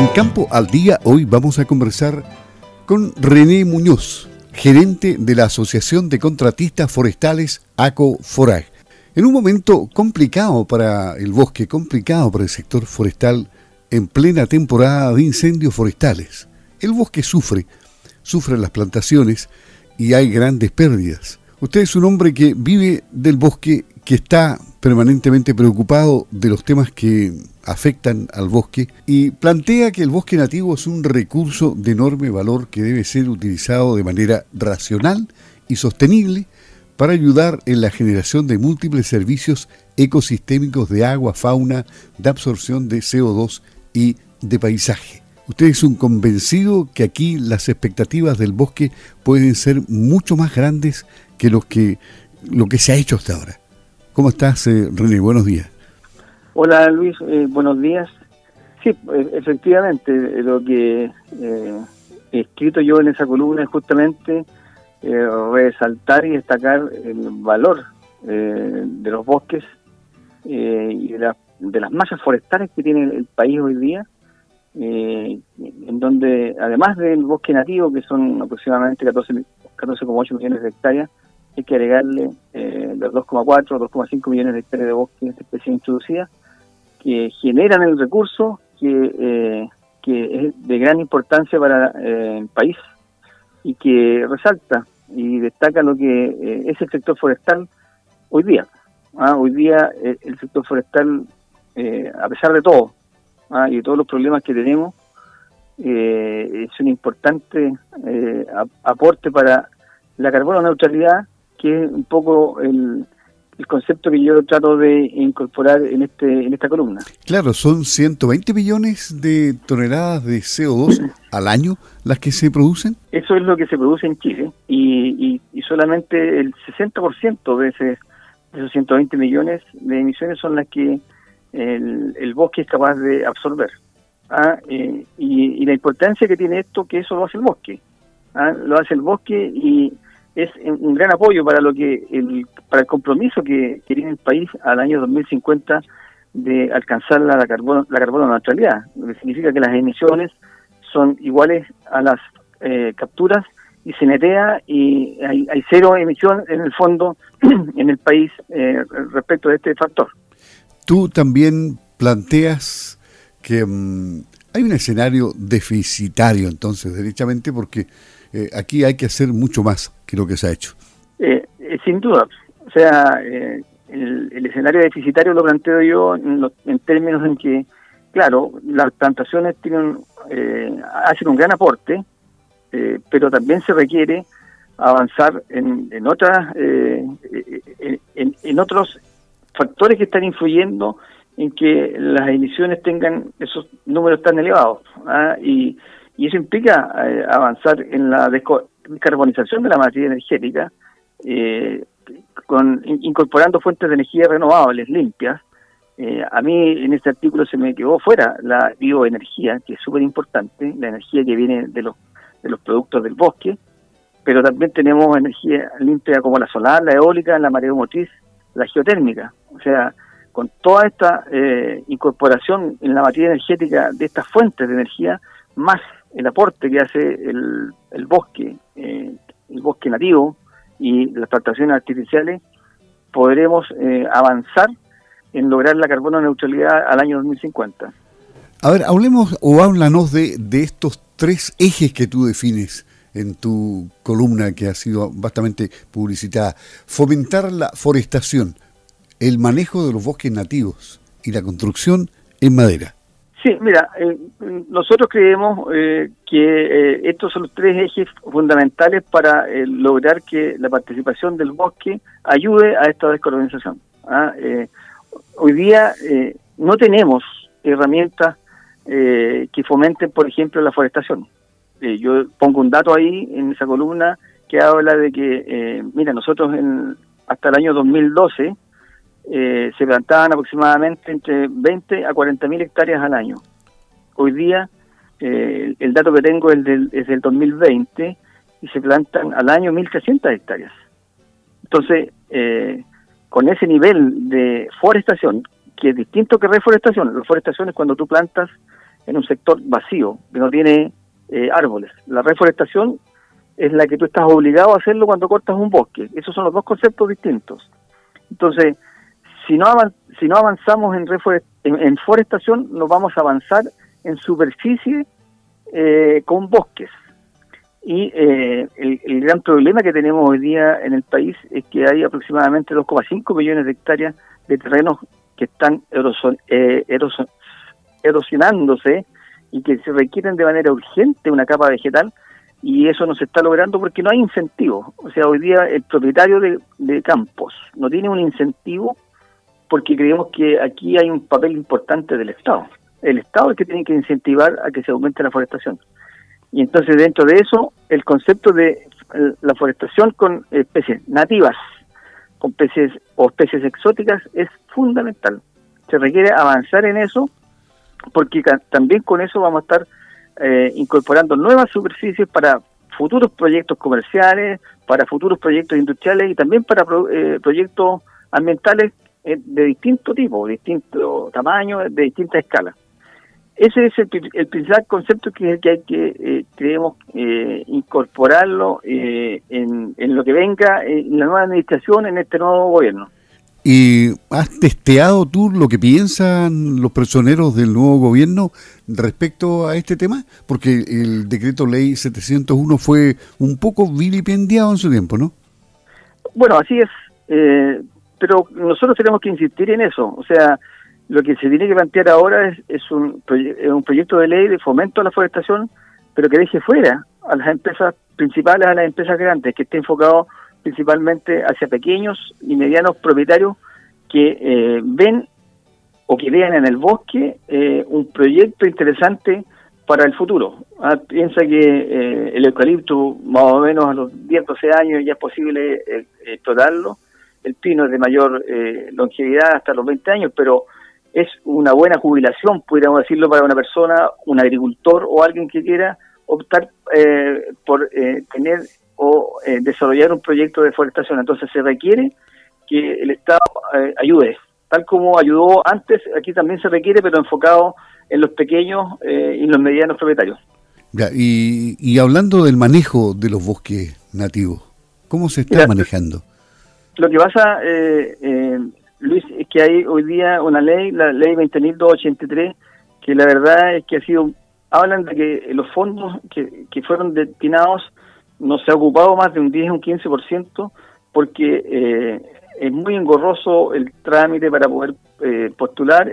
Campo al Día, hoy vamos a conversar con René Muñoz, gerente de la Asociación de Contratistas Forestales ACO-FORAG. En un momento complicado para el bosque, complicado para el sector forestal, en plena temporada de incendios forestales. El bosque sufre las plantaciones y hay grandes pérdidas. Usted es un hombre que vive del bosque, que está permanentemente preocupado de los temas que afectan al bosque y plantea que el bosque nativo es un recurso de enorme valor que debe ser utilizado de manera racional y sostenible para ayudar en la generación de múltiples servicios ecosistémicos de agua, fauna, de absorción de CO2 y de paisaje. Usted es un convencido que aquí las expectativas del bosque pueden ser mucho más grandes que lo que se ha hecho hasta ahora. ¿Cómo estás, René? Buenos días. Hola, Luis. Buenos días. Sí, efectivamente, lo que he escrito yo en esa columna es justamente resaltar y destacar el valor de los bosques y de las masas forestales que tiene el país hoy día, en donde, además del bosque nativo, que son aproximadamente 14,8 millones de hectáreas, hay que agregarle los 2,4, 2,5 millones de hectáreas de bosques de especies introducidas, que generan el recurso que es de gran importancia para el país y que resalta y destaca lo que es el sector forestal hoy día. Hoy día el sector forestal, a pesar de todo y de todos los problemas que tenemos, es un importante aporte para la carbono neutralidad, que es un poco el concepto que yo trato de incorporar en esta columna. Claro, son 120 millones de toneladas de CO2 al año las que se producen. Eso es lo que se produce en Chile y solamente el 60% de esos 120 millones de emisiones son las que el bosque es capaz de absorber. Y la importancia que tiene esto, que eso lo hace el bosque. Lo hace el bosque y es un gran apoyo para para el compromiso que tiene el país al año 2050 de alcanzar la carbono neutralidad, lo que significa que las emisiones son iguales a las capturas y se netea y hay cero emisión en el fondo en el país respecto de este factor. Tú también planteas que hay un escenario deficitario entonces, derechamente, porque aquí hay que hacer mucho más que lo que se ha hecho. Sin duda. O sea, el escenario deficitario lo planteo yo en términos en que, claro, las plantaciones hacen un gran aporte, pero también se requiere avanzar en otros factores que están influyendo en que las emisiones tengan esos números tan elevados. Y eso implica avanzar en la descarbonización de la matriz energética, incorporando fuentes de energía renovables, limpias. A mí en este artículo se me quedó fuera la bioenergía, que es súper importante, la energía que viene de los productos del bosque, pero también tenemos energía limpia como la solar, la eólica, la mareomotriz, la geotérmica. O sea, con toda esta incorporación en la matriz energética de estas fuentes de energía, más el aporte que hace el bosque nativo y las plantaciones artificiales, podremos avanzar en lograr la carbono neutralidad al año 2050. A ver, háblanos de estos tres ejes que tú defines en tu columna, que ha sido bastante publicitada. Fomentar la forestación, el manejo de los bosques nativos y la construcción en madera. Sí, mira, nosotros creemos que estos son los tres ejes fundamentales para lograr que la participación del bosque ayude a esta descarbonización. Hoy día no tenemos herramientas que fomenten, por ejemplo, la forestación. Yo pongo un dato ahí en esa columna que habla de que, mira, nosotros hasta el año 2012 se plantaban aproximadamente entre 20 a 40 mil hectáreas al año. Hoy día, el dato que tengo es del 2020 y se plantan al año 1.300 hectáreas. Entonces, con ese nivel de forestación, que es distinto que reforestación. Reforestación es cuando tú plantas en un sector vacío, que no tiene árboles. La reforestación es la que tú estás obligado a hacerlo cuando cortas un bosque. Esos son los dos conceptos distintos. Entonces, si no avanzamos en forestación, nos vamos a avanzar en superficie con bosques. Y el gran problema que tenemos hoy día en el país es que hay aproximadamente 2,5 millones de hectáreas de terrenos que están erosionándose y que se requieren de manera urgente una capa vegetal, y eso no se está logrando porque no hay incentivos. O sea, hoy día el propietario de campos no tiene un incentivo porque creemos que aquí hay un papel importante del Estado. El Estado es el que tiene que incentivar a que se aumente la forestación. Y entonces dentro de eso, el concepto de la forestación con especies nativas, con especies exóticas, es fundamental. Se requiere avanzar en eso, porque también con eso vamos a estar incorporando nuevas superficies para futuros proyectos comerciales, para futuros proyectos industriales y también para proyectos ambientales de distinto tipo, de distinto tamaño, de distintas escalas. Ese es el principal concepto que hay que, creemos, incorporarlo en lo que venga en la nueva administración, en este nuevo gobierno. ¿Y has testeado tú lo que piensan los personeros del nuevo gobierno respecto a este tema? Porque el decreto ley 701 fue un poco vilipendiado en su tiempo, ¿no? Bueno, así es, pero nosotros tenemos que insistir en eso. O sea, lo que se tiene que plantear ahora es un proyecto de ley de fomento a la forestación, pero que deje fuera a las empresas principales, a las empresas grandes, que esté enfocado principalmente hacia pequeños y medianos propietarios que ven o que vean en el bosque un proyecto interesante para el futuro. Piensa que el eucalipto, más o menos a los 10, 12 años ya es posible explotarlo. El pino es de mayor longevidad hasta los 20 años, pero es una buena jubilación, pudiéramos decirlo, para una persona, un agricultor o alguien que quiera optar por tener o desarrollar un proyecto de forestación. Entonces se requiere que el Estado ayude, tal como ayudó antes. Aquí también se requiere, pero enfocado en los pequeños y los medianos propietarios. Ya, y hablando del manejo de los bosques nativos, ¿cómo se está manejando? Lo que pasa, Luis, es que hay hoy día una ley, la ley 20.283, que la verdad es que hablan de que los fondos que fueron destinados no se ha ocupado más de un 10 o un 15%, porque es muy engorroso el trámite para poder postular,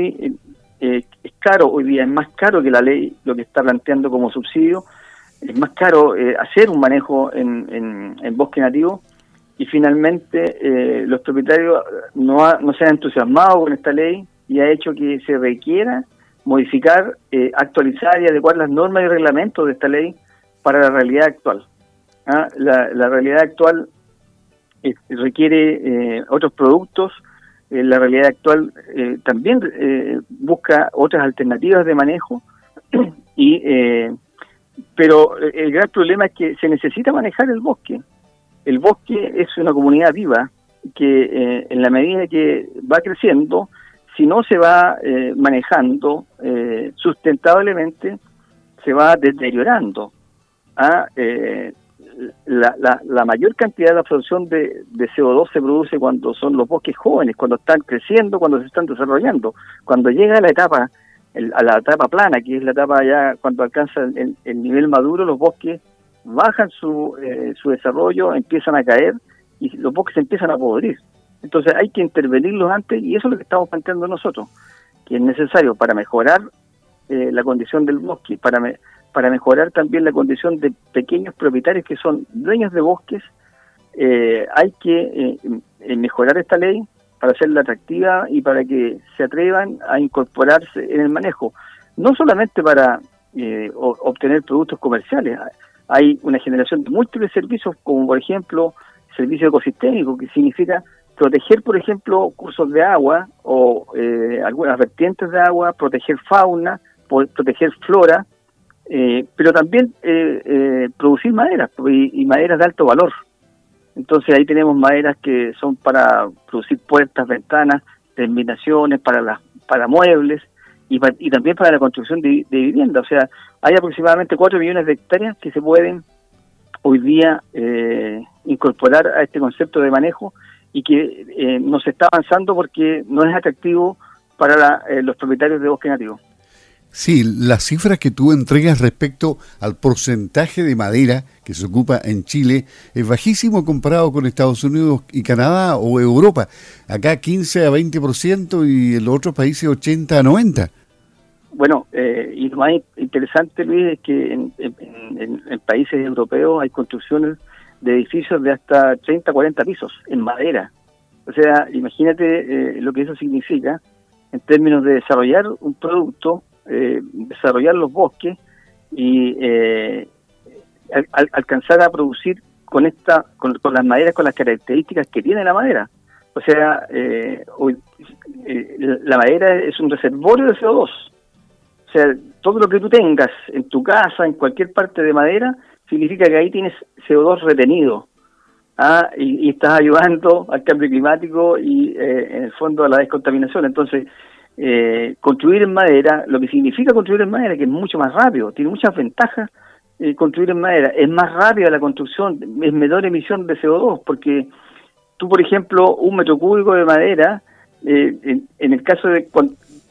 es caro hoy día, es más caro que la ley lo que está planteando como subsidio, es más caro hacer un manejo en bosque nativo, y finalmente los propietarios no se han entusiasmado con esta ley y ha hecho que se requiera modificar, actualizar y adecuar las normas y reglamentos de esta ley para la realidad actual. La realidad actual requiere otros productos, la realidad actual también busca otras alternativas de manejo, pero el gran problema es que se necesita manejar el bosque. El bosque es una comunidad viva que en la medida que va creciendo, si no se va manejando sustentablemente, se va deteriorando. La mayor cantidad de absorción de CO2 se produce cuando son los bosques jóvenes, cuando están creciendo, cuando se están desarrollando. Cuando llega a la etapa plana, que es la etapa ya cuando alcanza el nivel maduro, los bosques bajan su desarrollo, empiezan a caer y los bosques se empiezan a podrir. Entonces hay que intervenirlos antes, y eso es lo que estamos planteando nosotros, que es necesario para mejorar la condición del bosque, para mejorar también la condición de pequeños propietarios que son dueños de bosques. Hay que mejorar esta ley para hacerla atractiva y para que se atrevan a incorporarse en el manejo, no solamente para obtener productos comerciales. Hay una generación de múltiples servicios, como por ejemplo servicio ecosistémico, que significa proteger, por ejemplo, cursos de agua o algunas vertientes de agua, proteger fauna, proteger flora, pero también producir maderas y maderas de alto valor. Entonces ahí tenemos maderas que son para producir puertas, ventanas, terminaciones, para muebles, y también para la construcción de vivienda. O sea, hay aproximadamente 4 millones de hectáreas que se pueden hoy día incorporar a este concepto de manejo y que no se está avanzando porque no es atractivo para los propietarios de bosque nativo. Sí, las cifras que tú entregas respecto al porcentaje de madera que se ocupa en Chile es bajísimo comparado con Estados Unidos y Canadá o Europa. Acá 15 a 20% y en los otros países 80 a 90%. Bueno, y lo más interesante, Luis, es que en países europeos hay construcciones de edificios de hasta 30, 40 pisos en madera. O sea, imagínate lo que eso significa en términos de desarrollar un producto, desarrollar los bosques y alcanzar a producir con las maderas, con las características que tiene la madera. O sea, la madera es un reservorio de CO2. O sea, todo lo que tú tengas en tu casa, en cualquier parte de madera, significa que ahí tienes CO2 retenido. Y estás ayudando al cambio climático y en el fondo a la descontaminación. Entonces, construir en madera, lo que significa construir en madera, que es mucho más rápido, tiene muchas ventajas. Construir en madera es más rápida la construcción, es menor emisión de CO2, porque tú, por ejemplo, 1 metro cúbico de madera, en el caso de cuando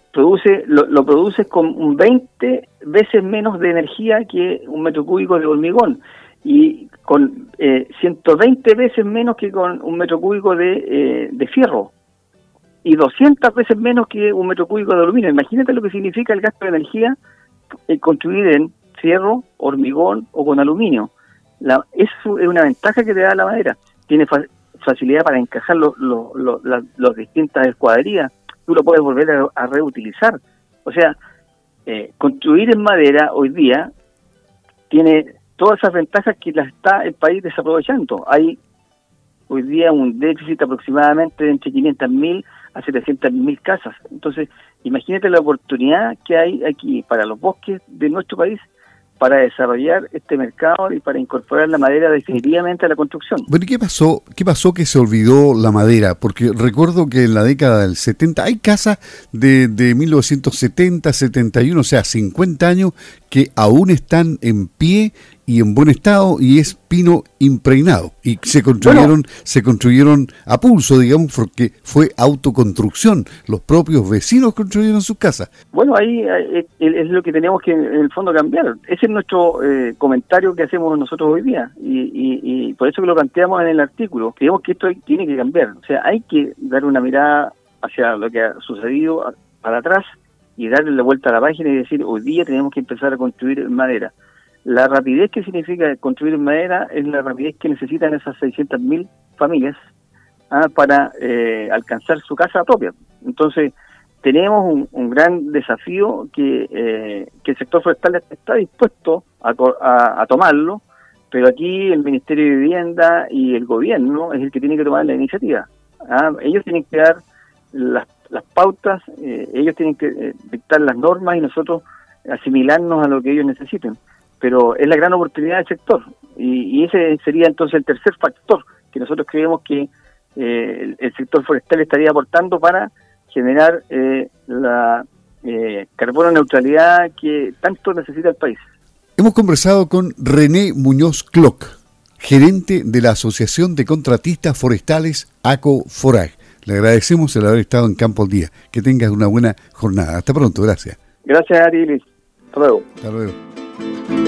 lo produces con un 20 veces menos de energía que 1 metro cúbico de hormigón y con 120 veces menos que con 1 metro cúbico de fierro y 200 veces menos que 1 metro cúbico de aluminio. Imagínate lo que significa el gasto de energía construir en fierro, hormigón o con aluminio. Eso es una ventaja que te da la madera. Tiene facilidad para encajar las distintas escuadrillas. Tú lo puedes volver a reutilizar. O sea, construir en madera hoy día tiene todas esas ventajas que las está el país desaprovechando. Hay hoy día un déficit aproximadamente de entre 500.000 a 700.000 casas. Entonces, imagínate la oportunidad que hay aquí para los bosques de nuestro país para desarrollar este mercado y para incorporar la madera definitivamente a la construcción. Bueno, ¿y qué pasó? ¿Qué pasó que se olvidó la madera? Porque recuerdo que en la década del 70 hay casas de 1970, 71, o sea, 50 años que aún están en pie y en buen estado y es pino impregnado y se construyeron a pulso, digamos, porque fue autoconstrucción. Los propios vecinos construyeron sus casas. Bueno, ahí es lo que tenemos que en el fondo cambiar. Ese es nuestro comentario que hacemos nosotros hoy día y por eso que lo planteamos en el artículo. Creemos que esto tiene que cambiar. O sea, hay que dar una mirada hacia lo que ha sucedido para atrás y darle la vuelta a la página y decir, hoy día tenemos que empezar a construir en madera. La rapidez que significa construir en madera es la rapidez que necesitan esas 600.000 familias para alcanzar su casa propia. Entonces, tenemos un gran desafío que el sector forestal está dispuesto a tomarlo, pero aquí el Ministerio de Vivienda y el gobierno es el que tiene que tomar la iniciativa. Ellos tienen que dar las pautas, ellos tienen que dictar las normas y nosotros asimilarnos a lo que ellos necesiten. Pero es la gran oportunidad del sector y ese sería entonces el tercer factor que nosotros creemos que el sector forestal estaría aportando para generar la carbono neutralidad que tanto necesita el país. Hemos conversado con René Muñoz Cloc, gerente de la Asociación de Contratistas Forestales ACO-FORAG. Le agradecemos el haber estado en Campo al Día. Que tengas una buena jornada. Hasta pronto, gracias. Gracias, Ari. Hasta luego. Hasta luego.